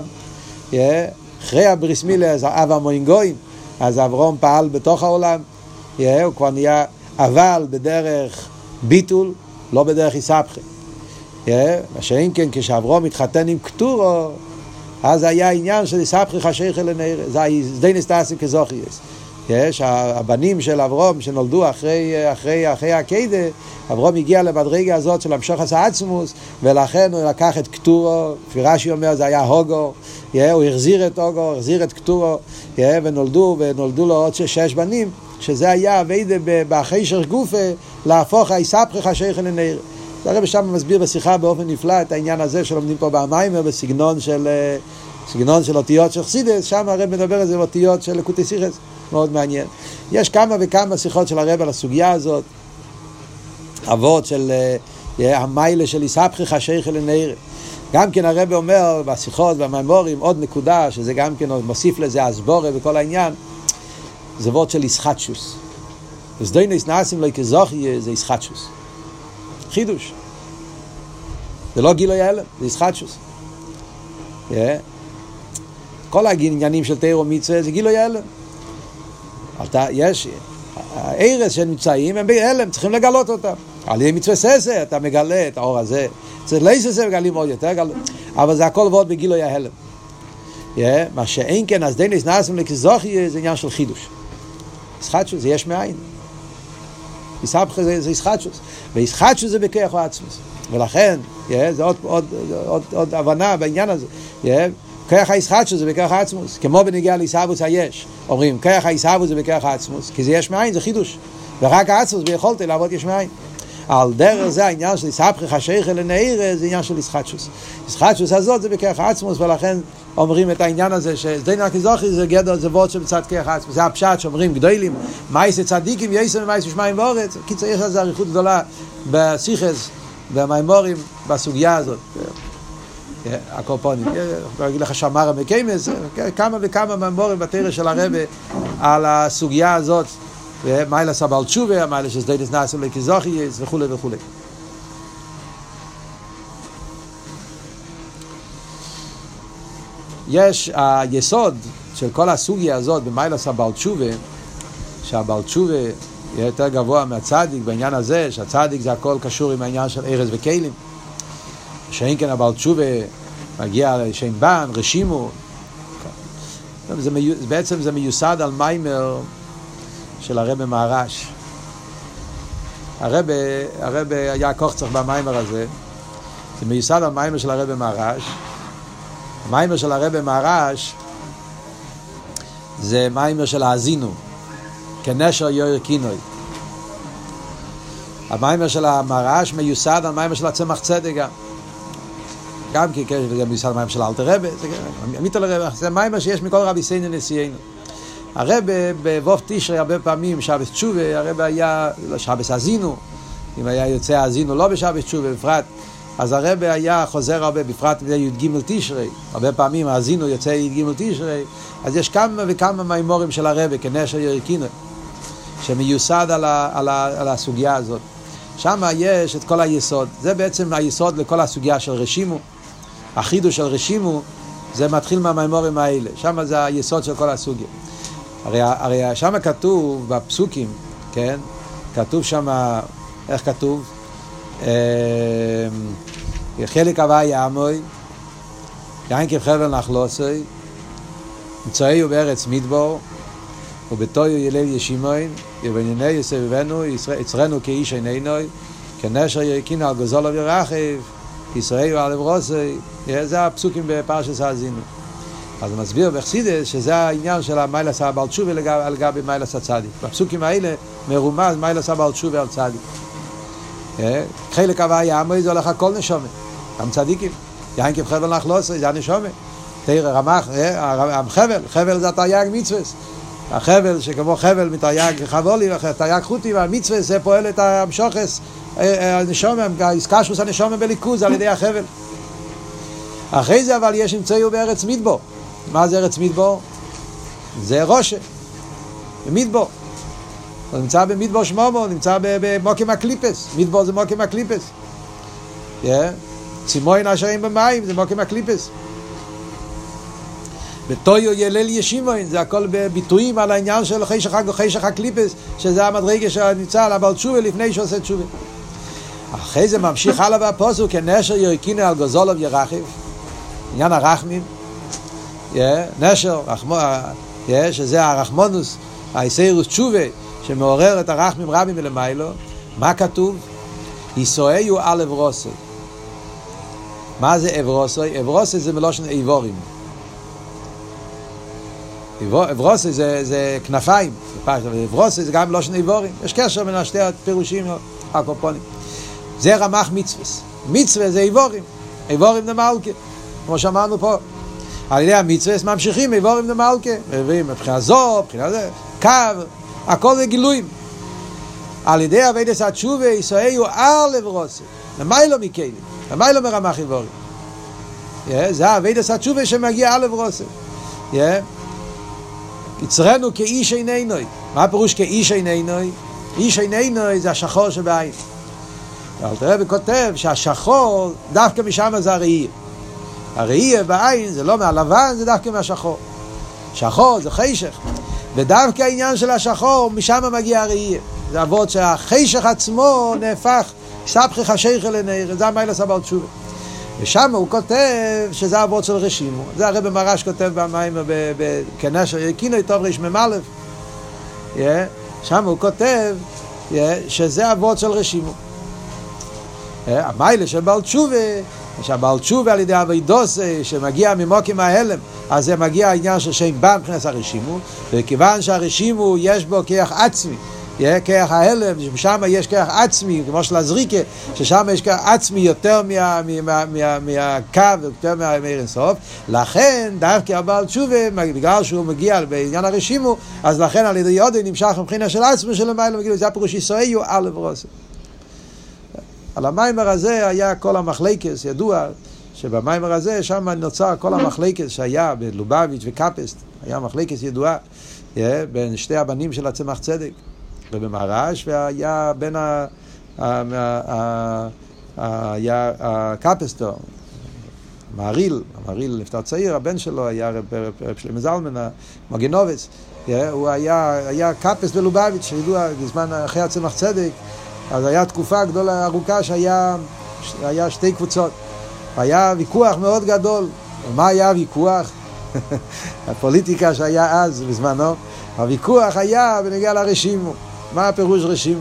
אחרי הבריס מילה זה אב המון גויים, אז אברום פעל בתוך העולם, הוא כבר נהיה אבל בדרך ביטול, לא בדרך איסהבכה. מה שאין כן כשאברום מתחתן עם קטורו, אז היה עניין של איסהבכה חשייך לנער, זה סדייניס נעשים כזוכייס. יש הבנים של אברום שנולדו אחרי אחרי אחרי הקדה, אברום הגיע למדרגה הזאת של המשוך העצמוס, ולכן הוא לקח את קטורו, רש"י אומר זה היה הוגו, הוא החזיר את הוגו, החזיר את קטורו, ונולדו ונולדו לו עוד שש בנים, שזה היה עבודה בחשך גופה להפוך האיסהבכה חשייך לנער. הרב שם מסביר בשיחה באופן נפלא את העניין הזה שלומדים פה במיימר בסגנון של סגנון של אותיות של חסידות, שם הרב מדבר על זה אותיות של לקוטי סיכס, מאוד מעניין. יש כמה וכמה שיחות של הרב על הסוגיה הזאת, אבות של המיילה של איסהבכה חשייך לנער. גם כן הרב אומר בשיחות והמיימורים עוד נקודה שזה גם כן מוסיף לזה הסבורה וכל העניין, זה וort של איסחטשוס. וסדייניס נעשים לו כזוכיה זה איסחטשוס. חידוש. זה לא גילוי ההלם, זה איסחטשוס. כל העניינים של תורה ומצווה זה גילוי ההלם. יש הארץ שנמצאים הם בהלם, צריכים לגלות אותם. על ידי מצווה ססה אתה מגלה את האור הזה. צריך להיססה מגלים עוד יותר גלות. אבל זה הכל וort בגילוי ההלם. מה שאין כן אז דייניס נעשים לכזוכיה זה עניין של חידוש. איסחטשוס זה יש מאין. איסהבכה זה, זה איסחטשוס, ואיסחטשוס זה בכוח העצמוס, ולכן yeah, זה עוד, עוד, עוד, עוד הבנה בעניין הזה. yeah, כוח האיסחטשוס זה בכוח העצמוס, כמו בנגיע לאיסהבוס היש, אומרים כוח האיסהבוס זה בכוח העצמוס, כי זה יש מאין, זה חידוש, ורק העצמוס ביכולתי לעבוד יש מאין. על דרך זה העניין של איסהבכה חשייך לנער זה עניין של איסחטשוס. איסחטשוס הזאת זה בכוח העצמוס, ולכן אומרים את העניין הזה שסדייניס כזוכייס זה גדר, זה וort שבצד כוח העצמוס. זה הפשט שאומרים גדולים, מייס צדיקים יסם ומייס שמיים ואורץ. כי צריך לזה אריכות גדולה בשיחס והמיימורים בסוגיה הזאת. הקורפונים. אני אגיד לך שמרה מקיימס, כמה וכמה מיימורים בתורה של הרבי על הסוגיה הזאת, מיילה סבל תשובה, מיילה שסדייניס נעשים לכזוכייס וכו' וכו'. יש היסוד של כל הסוגיה הזאת במיילס הבעל תשובה, שהבעל תשובה יהיה יותר גבוה מהצדיק בעניין הזה, שהצדיק זה הכל קשור עם העניין של ארז וכלים, שאין כן הבעל תשובה מגיע לשם בן, רשימו, זה, בעצם זה מיוסד על מיימר של הרבי מהר"ש. הרבי, הרבי היה קוחצח במיימר הזה, זה מיוסד על מיימר של הרבי מהר"ש. המיימר של הרבי מהר"ש זה מיימר של האזינו, כנשר יויר קינוי. המיימר של המרש מיוסד על מיימר של הצמח צדק גם. גם כי זה מיוסד על מיימר של אלתר רבי, זה מיימר שיש מכל רבי סיינו נשיאנו. הרבי בווב תשרי הרבה פעמים, שבס תשובה, הרבי היה שבס אזינו, אם היה יוצא אזינו לא בשבס תשובה בפרט, אז הרבי היה חוזר הרבה, בפרט בי"ג תשרי, הרבה פעמים האזינו יוצא י"ג תשרי, אז יש כמה וכמה מיימורים של הרבי כנשר ירקינו, שמיוסד על, ה, על, ה, על הסוגיה הזאת. שם יש את כל היסוד, זה בעצם היסוד לכל הסוגיה של רשימו, החידוש של רשימו, זה מתחיל מהמיימורים האלה, שם זה היסוד של כל הסוגיה. הרי, הרי שם כתוב בפסוקים, כן? כתוב שם, איך כתוב? אה, חלק הווה יעמוי, יין כחבל נחלוסי, מצאיו בארץ מדבור, ובתויו ילל ישימוין, ובענייני יסבבנו, יצרנו כאיש עינינוי, כנשר ירקינו על גזולו ירחב, ישראלו על אברוסי, זה הפסוקים בפרשת האזינו. אז הוא מסביר בחסידות שזה העניין של המיילס הבעל תשובה לגבי מיילס הצדיק. בפסוקים האלה מרומז מיילס הבעל תשובה על צדיק. חלק הווה יעמוי זה הולך הכל נשומת, גם צדיקים. יין כחבל נחלוסי, זה הנשומת. תראה, רמח, החבל, חבל זה התרי"ג מצווה. החבל שכמו חבל מתרי"ג חבולי, תרי"ג חוטי, והמצווה זה פועל את המשוחס, הנשומת, הסקשוס הנשומת בליכוז על ידי החבל. אחרי זה אבל יש נמצאו בארץ מדבור. מה זה ארץ מדבור? זה ראשה, במדבור. הוא נמצא במדבור שמומו, נמצא במוקים הקליפס. מדבור זה מוקים הקליפס. Yeah. צימוין אשרים במים, זה מוקים הקליפס. בתויו ילל ישימוין, זה הכל בביטויים על העניין של חשך, חשך הקליפס, שזה המדרגה שנמצא על הבעל תשובה לפני שעושה תשובה. אחרי זה ממשיך הלאה והפוסוק, כנשר ירקינו על גזולו ירחב. עניין הרחמים, yeah, נשר, רחמו, yeah, שזה הרחמונוס, היסיירוס תשובה, שמעורר את הרחמים רבים מלמיילו. מה כתוב? יסועיו על אברוסי. מה זה אברוסי? אברוסי זה מלושן איבורים. אברוסי זה, זה כנפיים, אברוסי זה גם מלושן איבורים. יש קשר בין שתי הפירושים הקופונים. זה רמח מצווס. מצווה זה איבורים. איבורים דמלכה. כמו שאמרנו פה, על ידי המצווה ממשיכים איבורים דמלכה, מביאים מבחינה זו, מבחינה זה, קו, הכל זה גילויים. על ידי עבודת התשובה יסועיו על אברוסי, למיילו מכלים, למיילו מרמח איבורים. זה עבודת התשובה שמגיע על אברוסי. יצרנו כאיש עינינוי. מה הפירוש כאיש עינינוי? איש עינינוי זה השחור שבעין. אלתר רבי כותב שהשחור דווקא משם זה הראייה. הראייה בעין זה לא מהלבן, זה דווקא מהשחור. שחור זה חשך, ודווקא העניין של השחור משם מגיע הראייה. זה עבוד שהחשך עצמו נהפך סבכי חשך לנעיר, זה המיילס הבעל תשובה. ושם הוא כותב שזה עבוד של רשימו. זה הרב מרש כותב במים כנשר ירקינו טוב רש ממלף. שם הוא כותב שזה עבוד של רשימו. המיילה של בעל תשובה, שהבעל תשובה על ידי אבידוס שמגיע ממוקים ההלם, אז זה מגיע העניין של שם בא מבחינת הרשימו, וכיוון שהרשימו יש בו כיח עצמי, כיח ההלם, ששם יש כיח עצמי, כמו של הזריקה, ששם יש כיח עצמי יותר מהקו, יותר מהמאיר אינסוף, לכן דווקא הבעל תשובה, בגלל שהוא מגיע בעניין הרשימו, אז לכן על ידי יודי נמשך מבחינה של עצמי של המיילה, זה הפירוש יסועיו על אברוסי. על המיימר הזה היה כל המחלקס, ידוע שבמיימר הזה שם נוצר כל המחלקס שהיה בלובביץ' וקפסט, היה מחלקס ידועה בין שתי הבנים של הצמח צדק, ובמהר"ש, והיה בין ה... היה הקפסטו, מהריל, המהריל נפטר צעיר, הבן שלו היה רב שלמה זלמן, מגנובץ, הוא היה קפסט בלובביץ', ידוע בזמן אחרי הצמח צדק, אז היה תקופה גדולה ארוכה שהיה היה שתי קבוצות. היה ויכוח מאוד גדול. מה היה הוויכוח? הפוליטיקה שהיה אז בזמנו. הוויכוח היה בנוגע לרשימו. מה הפירוש רשימו?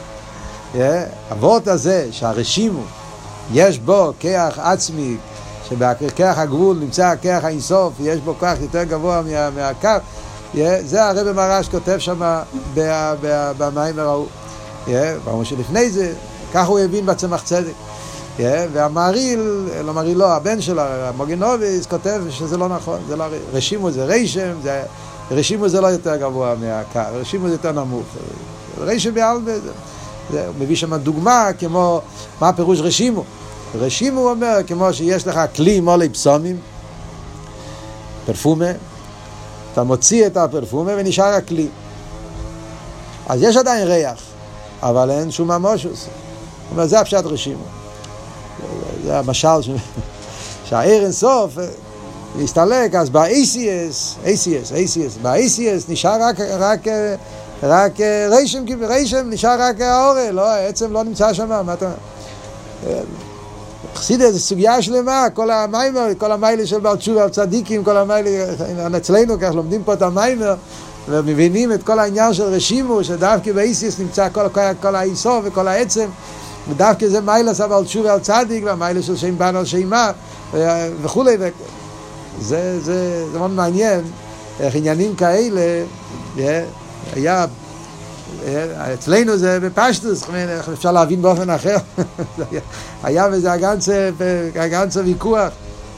הוות הזה שהרשימו יש בו כוח עצמי, שבכוח הגבול נמצא כוח האינסוף, יש בו כוח יותר גבוה מה, מהקו. זה הרב מרש כותב שם במיימר ההוא. ברור שלפני זה, ככה הוא הבין בצמח צדק. והמעריל, לא מעריל לא, הבן שלו, מוגנוביץ, כותב שזה לא נכון, זה לא, רשימו זה רשם, זה, רשימו זה לא יותר גבוה מהקר, רשימו זה יותר נמוך. רשם בעלמה, זה, זה מביא שם דוגמה כמו, מה הפירוש רשימו? רשימו הוא אומר, כמו שיש לך כלי מולי פסומים, פרפומה, אתה מוציא את הפרפומה ונשאר הכלי. אז יש עדיין ריח, אבל אין שום ממושוס. זאת אומרת, זה הפשט רשימו. זה המשל ש... שהעיר אינסוף להסתלק, אז ב-איי סי אס, איי סי אס, איי סי אס, ב-איי סי אס נשאר רק, רק, רק רשם, רשם נשאר רק האורל, לא, העצם לא נמצא שם, מה אתה... חסידות זה סוגיה שלמה, כל המיימר, כל המיילה של בעל תשובה, צדיקים, כל המיילה, אצלנו כך לומדים פה את המיימר, ומבינים את כל העניין של רשימו, שדווקא ב-איי סי אס נמצא כל, כל, כל האיסוף וכל העצם, ודווקא זה מיילה סבל תשובה על צדיק, והמיילה של שם בן על שימה, וכו'. זה, זה, זה מאוד מעניין, איך עניינים כאלה, היה, אצלנו זה בפשטוס, אפשר להבין באופן אחר, היה וזה הגנצה, הגנצה ויכוח.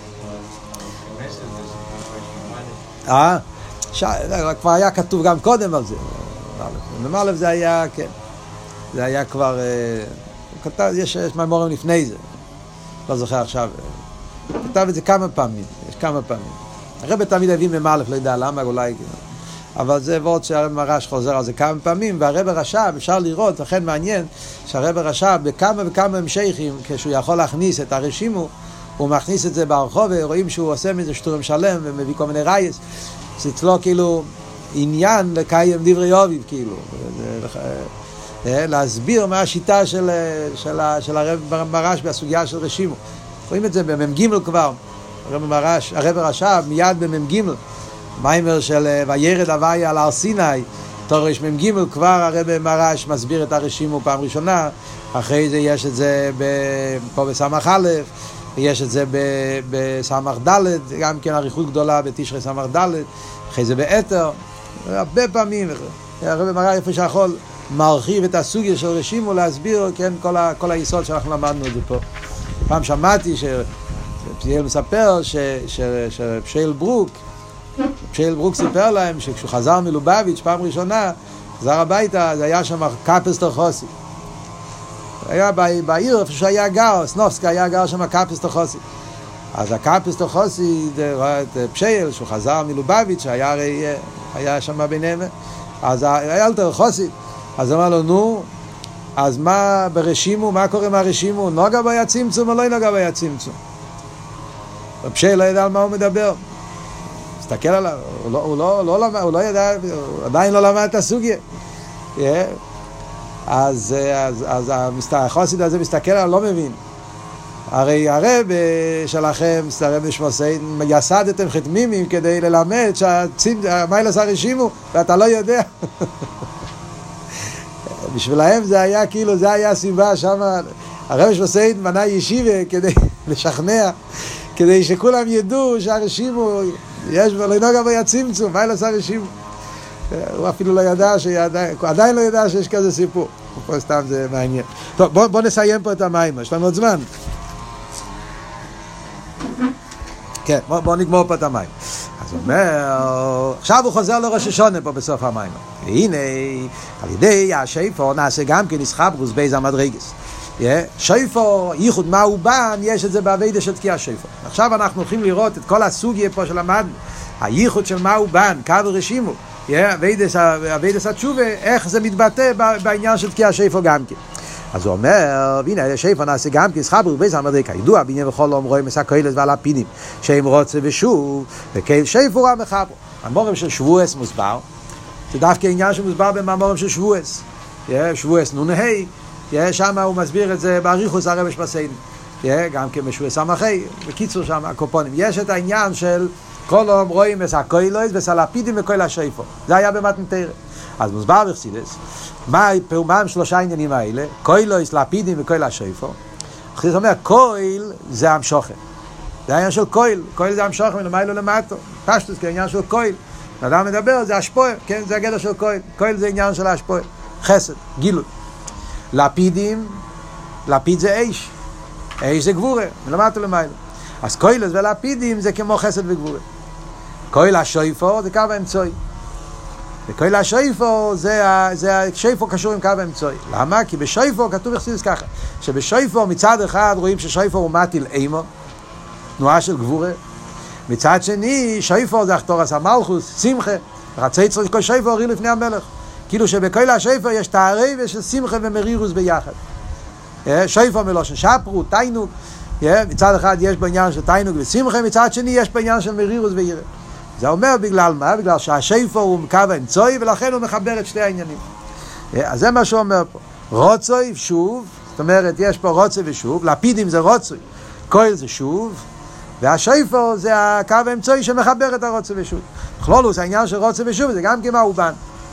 אה, כבר היה כתוב גם קודם על זה, למעלה זה היה, כן, זה היה כבר, כתב, יש, יש מאמרים לפני זה, לא זוכר עכשיו, כתב את זה כמה פעמים, יש כמה פעמים. הרב תמיד הביא ממאלף, לא יודע למה, אולי, אבל זה ועוד שהרב מרש חוזר על זה כמה פעמים, והרב רש"ב, אפשר לראות, לכן מעניין, שהרב רש"ב בכמה וכמה המשכים, כשהוא יכול להכניס את הרשימו, הוא מכניס את זה ברחוב, ורואים שהוא עושה מזה שטורם שלם, ומביא כל מיני רייס, זה אצלו כאילו עניין לקיים דברי יוביב, כאילו, להסביר מה השיטה של, של, של הרב מרש בסוגיה של רשימו. רואים את זה במ"ג כבר, הרב מרש, הרב רש"ב מיד במ"ג, מיימר של וירד הוויה על הר סיני, תורש מ"ג כבר הרב מרש מסביר את הרשימו פעם ראשונה, אחרי זה יש את זה פה בסמך א', יש את זה בסמך ד', גם כן אריכות גדולה בתשרי סמך ד', אחרי זה באתר, הרבה פעמים, הרב מרש איפה שיכול מרחיב את הסוגיה של רשימו להסביר, כן, כל, ה, כל היסוד שאנחנו למדנו את זה פה. פעם שמעתי שפסיאל מספר שפשייל ברוק, פשייל ברוק סיפר להם שכשהוא חזר מלובביץ' פעם ראשונה, חזר הביתה, זה היה שם קאפסטר חוסי. היה בעיר, איפה שהיה גר, סנובסקה היה גר שם קאפסטר חוסי. אז הקאפסטר חוסי ראה את פשייל, שהוא חזר מלובביץ', היה, היה שם ביניהם, אז היה אלתר חוסי. אז אמר לו, נו, אז מה ברשימו, מה קורה מהרשימו? נוגע ביה צמצום או לא נוגע ביה צמצום? הפשייל לא ידע על מה הוא מדבר. מסתכל עליו, הוא לא, הוא לא, לא למד, הוא לא ידע, הוא עדיין לא למד את הסוגיה. Yeah. אז, אז, אז החסיד הזה מסתכל עליו, לא מבין. הרי הרב שלכם, הרב נשמוסיין, יסדתם חתמימים כדי ללמד שהמיילס הרשימו, ואתה לא יודע. בשבילהם זה היה כאילו, זה היה הסיבה שם, הרב נשמוסיין מנה ישיבה כדי לשכנע, כדי שכולם ידעו שהרשימו, יש ולא נוגע ביה צמצום, מיילס הרשימו. הוא אפילו לא ידע, שעדיין, עדיין לא ידע שיש כזה סיפור. פה סתם זה מעניין. טוב, בוא, בוא נסיים פה את המים, יש לנו עוד זמן. כן, בוא, בוא נגמור פה את המים. אז הוא אומר, עכשיו הוא חוזר לראש השונה פה בסוף המים. והנה, על ידי השאיפו נעשה גם כן נסחברוס בייז המדרגס. שייפו, ייחוד מה הוא בן, יש את זה בעבודה של תקיע שייפו. עכשיו אנחנו הולכים לראות את כל הסוגיה פה של המדן. הייחוד של מה הוא בן, קו רשימו. עבודת התשובה, איך זה מתבטא בעניין של תקיע שייפו גם כן. אז הוא אומר, והנה, שייפו נעשה גם כן, סחברו בייס המדריקה, ידוע בעניין וכל אומרים, מסקוילס ועל הפינים, שהם רוצה ושוב, וכאל שייפו רע מחברו. המורים של שבועס מוסבר, זה דווקא עניין שמוסבר במאמרים של שבועס. שבועס נוני, שם הוא מסביר את זה באריכוס הרבש בסיינים. גם כן בשבועס סמכי, בקיצור שם, הקופונים. יש את העניין של כל אומרים, מסקוילס וסלפידים וכל השייפו. זה היה במתן תרא. אז מוסבר בחסידס, מה הם שלושה העניינים האלה? קוילוס, לפידים וכל השייפו. חסידס אומר, קויל זה המשוכן. זה העניין של קויל. קויל זה המשוכן, למיילו למטו. פשטוס כעניין של קויל. אדם מדבר, זה השפועה, כן? זה הגדר של קויל. קויל זה עניין של השפועה. חסד, גילוי. לפידים, לפיד זה אש. אש זה גבורה, מלמטה למעלה. אז קוילס ולפידים זה כמו חסד וגבורה. קויל השויפו זה קו האמצעי. וקויל השויפו זה, זה השויפו קשור עם קו האמצעי. למה? כי בשויפו כתוב בחסידות ככה, שבשויפו מצד אחד רואים ששויפו הוא מטיל אימו, תנועה של גבורה. מצד שני, שויפו זה אחתורס המלכוס, שמחה. רצי צריך כל שויפו הוריד לפני המלך. כאילו שבקויל השויפו יש תערב של שמחה ומרירוס ביחד. שויפו מלושן שפרו, תיינוג. מצד אחד יש בעניין של תיינוג ושמחה, מצד שני יש בעניין של מרירוס וירא. זה אומר בגלל מה? בגלל שהשויפו הוא קו האמצעי ולכן הוא מחבר את שתי העניינים. אז זה מה שהוא אומר פה. רוצוי שוב, זאת אומרת יש פה רוצוי ושוב, לפידים זה רוצוי, קויל זה שוב, והשויפו זה הקו האמצעי שמחבר את הרוצוי ושוב. בכלולוס העניין של רוצוי ושוב זה גם כמאובן.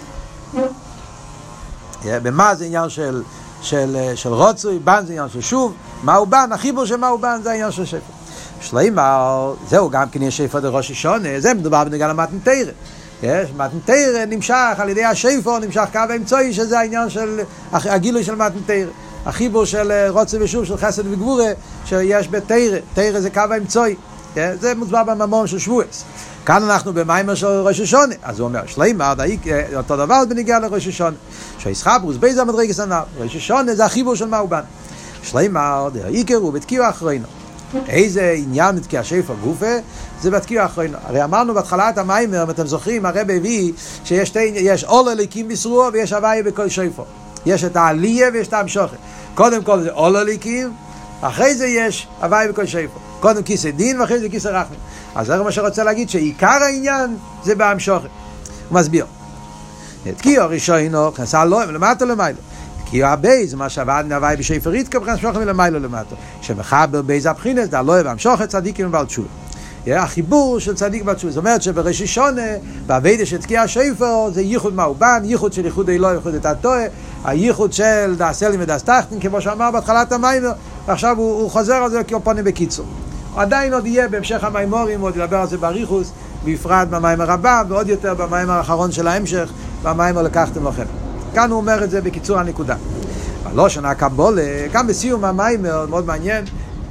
במה זה עניין של של של רוצוי, בן זה עניין של שוב, מאובן, החיבור של מאובן זה העניין של שויפו. שלמה, זהו גם כן יש שויפו דראש השונה, זה מדובר בנוגע למתן תורה. יש, מתן תורה נמשך על ידי השויפו, נמשך קו האמצעי, שזה העניין של הגילוי של מתן תורה. החיבור של רוצה ושוב, של חסד וגבורה, שיש בתורה. תורה זה קו האמצעי. זה מוסבר בממון של שבועס. כאן אנחנו במיימר של ראש השונה. אז הוא אומר, שלמה, אותו דבר בנוגע לראש השונה. שהישחברוס בייז המדרגס הנ"ל. ראש השונה זה החיבור של מאובן. שלמה, העיקר הוא בתקיע אחרינו. איזה עניין מתקיע שויפו גופה? זה בתקיע אחרינו. הרי אמרנו בהתחלת המיימר, אם אתם זוכרים, הרב הביא שיש יש עול הליקים בסרוע ויש הוויה בכל שויפו. יש את העלייה ויש את המשוכת. קודם כל זה עול הליקים, אחרי זה יש הוויה בכל שויפו. קודם כיסא דין ואחרי זה כיסא רחמים. אז זה מה שרוצה להגיד, שעיקר העניין זה בהמשוכת. הוא מסביר. תקיע ראשונו, כנסה לא, למטה למעלה. כי הבייז, מה שעבד נוואי בשפרית, כבחן שוכם מלמיילו למטה. שמחבר בייז הבחינס, דה לא והמשוכת צדיקים ובעל תשובה. החיבור של צדיק ובעל תשובה. זאת אומרת שבראש השונה, בעבודה של תקיע השפר, זה ייחוד מאובן, ייחוד של ייחוד אלוה, ייחוד את התועה, הייחוד של דאסלים ודאסתחתין, כמו שאמר בהתחלת המיימר, ועכשיו הוא, הוא חוזר על זה כפונים בקיצור. עדיין עוד יהיה בהמשך המיימורים, עוד ידבר על זה באריכות, בפרט במיימר הבא, ועוד יותר במיימר האחרון של ההמשך, במיימר לקחתם לכם. כאן הוא אומר את זה בקיצור הנקודה. בלושן הקבולה, כאן בסיום המיימר, מאוד מעניין,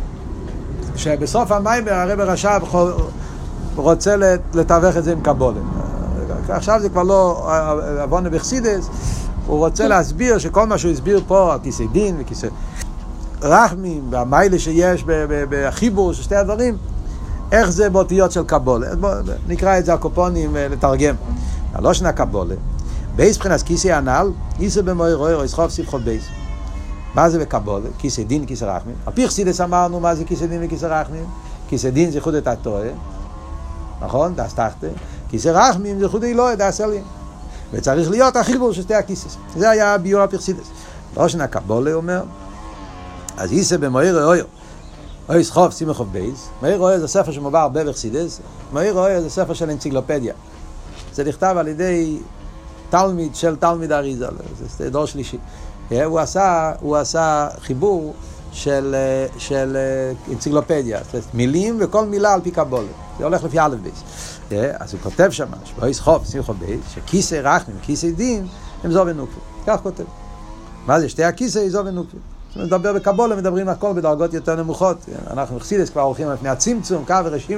שבסוף המיימר הרב רש"ב רוצה לתווך את זה עם קבולה. עכשיו זה כבר לא עוונה בחסידות, הוא רוצה להסביר שכל מה שהוא הסביר פה, על כיסא דין וכיסא רחמים, והמיילה שיש בחיבור של שתי הדברים, איך זה באותיות של קבולה. נקרא את זה הקופונים לתרגם. בלושן הקבולה, בייס בחינס כיסא הנ"ל, כיסא במויר רויר, או יסחוף סיפחות בייס. מה זה בקבולה? כיסא דין, כיסא רחמים. על פי חסידות אמרנו מה זה כיסא דין וכיסא רחמים. כיסא דין זה ייחוד את התועה, נכון? דאס תחתה. כיסא רחמים זה ייחוד אלוה, דאס עליין. וצריך להיות החיבור של שתי הכיסא. זה היה ביור על פי חסידות. בלושן הקבולה אומר, אז כיסא במויר רויר, או יסחוף סיפחות בייס. מויר רויר זה ספר שמובא הרבה בחסידות. מויר רויר זה ספר של אנציקלופדיה. זה נכתב על ידי תלמיד של תלמיד אריזל, זה דור שלישי. הוא עשה, הוא עשה חיבור של, של אנציקלופדיה, מילים וכל מילה על פי קבולה. זה הולך לפי א' בייס. אז הוא כותב שם, שבויס חוף, שמחו בייס, שכיסא רחמים, כיסא דין, הם זו ונוקפים. כך כותב. מה זה? שתי הכיסא זו ונוקפים. מדבר בקבולה, מדברים הכל בדרגות יותר נמוכות. אנחנו חסידות כבר הולכים לפני הצמצום, קו ורשימה.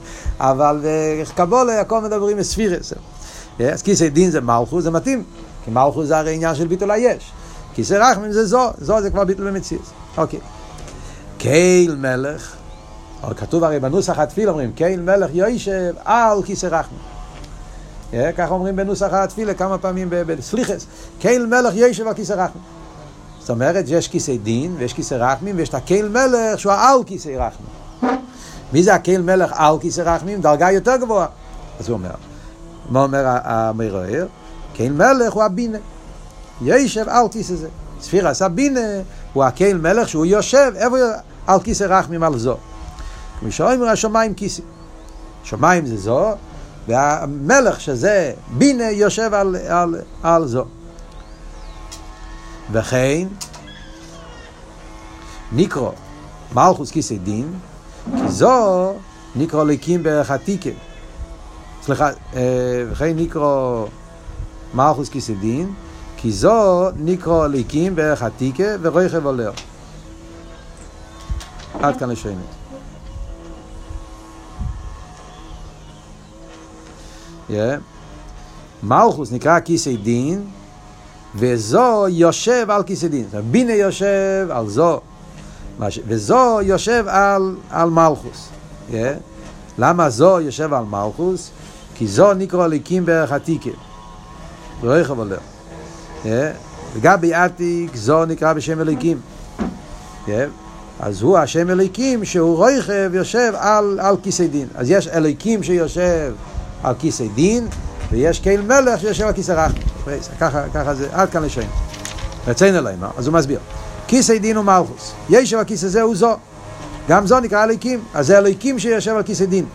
אבל בקבולה הכל מדברים בספירס. אז כיסא דין זה מלכות, זה מתאים, כי מלכות זה הרי עניין של ביטול היש. כיסא רחמים זה זו, זו זה כבר ביטול במציאות. אוקיי. קהיל מלך, כתוב הרי בנוסח התפילה, אומרים, קהיל מלך יושב על כיסא רחמים. ככה אומרים בנוסח התפילה כמה פעמים בסליחס, קהיל מלך יושב על כיסא רחמים. זאת אומרת, יש כיסא דין ויש כיסא רחמים, ויש את הקהיל מלך שהוא על כיסא רחמים. מי זה הקהיל מלך על כיסא רחמים? דרגה יותר גבוהה. אז הוא אומר, מה אומר המרואר? קהיל מלך הוא הבינה. יושב על כיסא זה. ספירס הבינה הוא הקהיל מלך שהוא יושב איפה על כיסא רחמים על זו. כמו שאומר השמיים כיסא. שמיים זה זו, והמלך שזה בינה יושב על, על, על זו. וכן נקרא מלכוס כיסא דין, כי זו נקרא ליקים בערך עתיקים. סליחה, וכן נקרא מלכוס כיסא דין, כי זו נקרא ליקים בערך עתיקה ורוחב עולר. עד כאן לשיינת. Yeah. מלכוס נקרא כיסא דין, וזו יושב על כיסא דין. בינה יושב על זו, וזו יושב על, על מלכוס. Yeah. למה זו יושב על מלכוס? כי זו נקרא ליקים בערך עתיקה ורוחב עולר. Yeah. לגבי עתיק זו נקרא בשם אליקים. Yeah. אז הוא השם אליקים שהוא רוחב יושב על, על כיסא דין. אז יש אליקים שיושב על כיסא דין, ויש קהיל מלך שיושב על כיסא רחמים. ככה, ככה זה, עד כאן לשם. רצינו אליהם, אז הוא מסביר. כיסא דין הוא מלכוס. ישב על כיסא זה הוא זו. גם זו נקרא אליקים. אז זה אליקים שיושב על כיסא דין.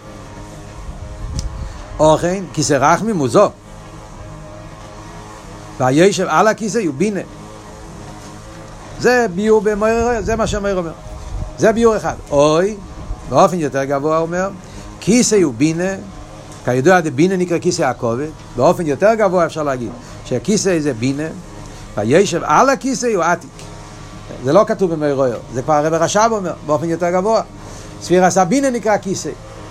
או כן, כיסא רחמים הוא זו. והישב על הכיסא הוא בינה. זה ביור במויר, זה מה שהמויר אומר. זה ביור אחד. אוי, באופן יותר גבוה אומר, כיסא הוא בינה, כידוע בינה נקרא כיסא הכובד, באופן יותר גבוה אפשר להגיד, שהכיסא זה בינה, והישב על הכיסא הוא עתיק. זה לא כתוב במויר, זה כבר הרב רש"ב אומר, באופן יותר גבוה. ספירס הבינה נקרא כיסא.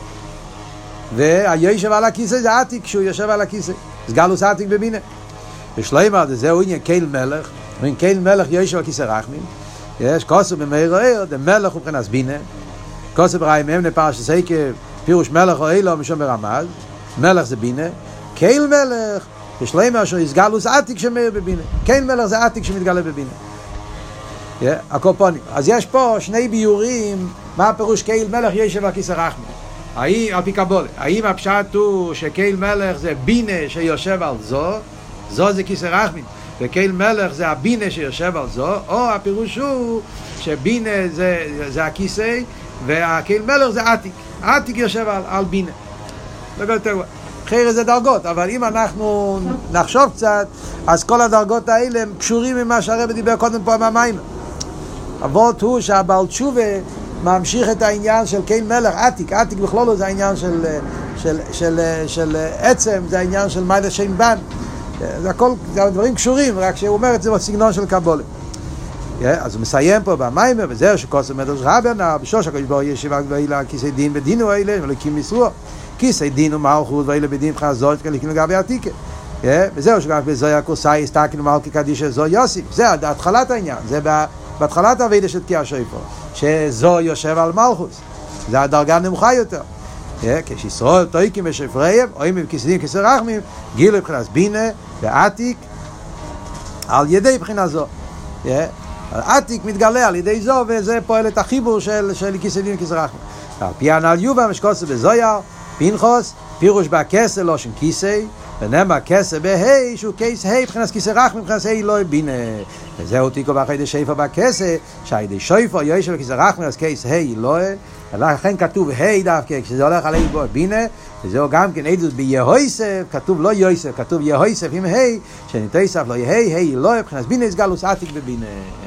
והישב על הכיסא זה עתיק, כשהוא יושב על הכיסא. זה גלוס עתיק בבינה. ושלמה, זהו עניין קהיל מלך, קהיל מלך ישב על כיסא רחמים. יש כוסו במאיר, דה מלך הוא מבחינת בינה. כוסו בראים אמנה פרשת סייקה, פירוש מלך או אילו משום ברמז. מלך זה בינה. קהיל מלך, ושלמה אשר יסגלוס עתיק שמאיר בבינה. קהיל מלך זה עתיק שמתגלה בבינה. הקופונים. אז יש פה שני ביורים, מה הפירוש קהיל מלך ישב על כיסא רחמים. האם, על פי קבולה, האם הפשט הוא שקהיל מלך זה בינה שיושב על זו, זו זה כיסא רחמים. וקהיל מלך זה הבינה שיושב על זו, או הפירוש הוא שבינה זה, זה הכיסא, והקהיל מלך זה עתיק. עתיק יושב על, על בינה. אחרי זה דרגות, אבל אם אנחנו נחשוב קצת, אז כל הדרגות האלה הם קשורים ממה שהרב דיבר קודם פה במים. אבות הוא שהבעל תשובה ממשיך את העניין של קהיל מלך, עתיק. עתיק בכלול זה העניין של, של, של, של, של עצם, זה העניין של מיילה שם בן. זה הכל, זה הדברים קשורים, רק שהוא אומר את זה בסגנון של קבולה. אז הוא מסיים פה במיימר, וזהו שכוסו מדרש רבנה, בשוש הקדוש ברוך הוא ישיבה ואלה כיסא דין ודינו האלה, ולקים מסרו. כיסא דין ומלכות ואלה בדין חזות, כליקים לגבי עתיקה. וזהו שגם בזוי הקורסאי, הסתכנו מלכי קדישה זו יוסיף. זה התחלת העניין, זה בהתחלת הווידה של תקיע שויפו, שזו יושב על מלכות. זה הדרגה נמוכה יותר. כשישראל תויקים ושפריהם, או אם הם כיסא דין כיסא רחמים, גילו מבחינת בינה ועתיק על ידי בחינה זו. עתיק מתגלה על ידי זו, וזה פועל את החיבור של, של כיסא דין וכיסא רחמים. על פי הנ"ל יובא משקוסו בזויר, פנחס, פירוש בכסא לא שם כיסא, ונאמר כסא בהי, שהוא כיסא ה' מבחינת כיסא רחמים, מבחינת ה' לא בינה. וזהו תיקו באחי שפר בכסא, שהידי שפר יושב בכיסא רחמים, אז כיסא ה' לא, לכן כתוב ה' דווקא, כשזה הולך עלי בו בינה, וזהו גם כן עדות ביהויסף, כתוב לא יויסף, כתוב יהויסף עם ה', שניתוסף לא יהי, ה' לא, מבחינת בינה יש גלוס עתיק בבינה.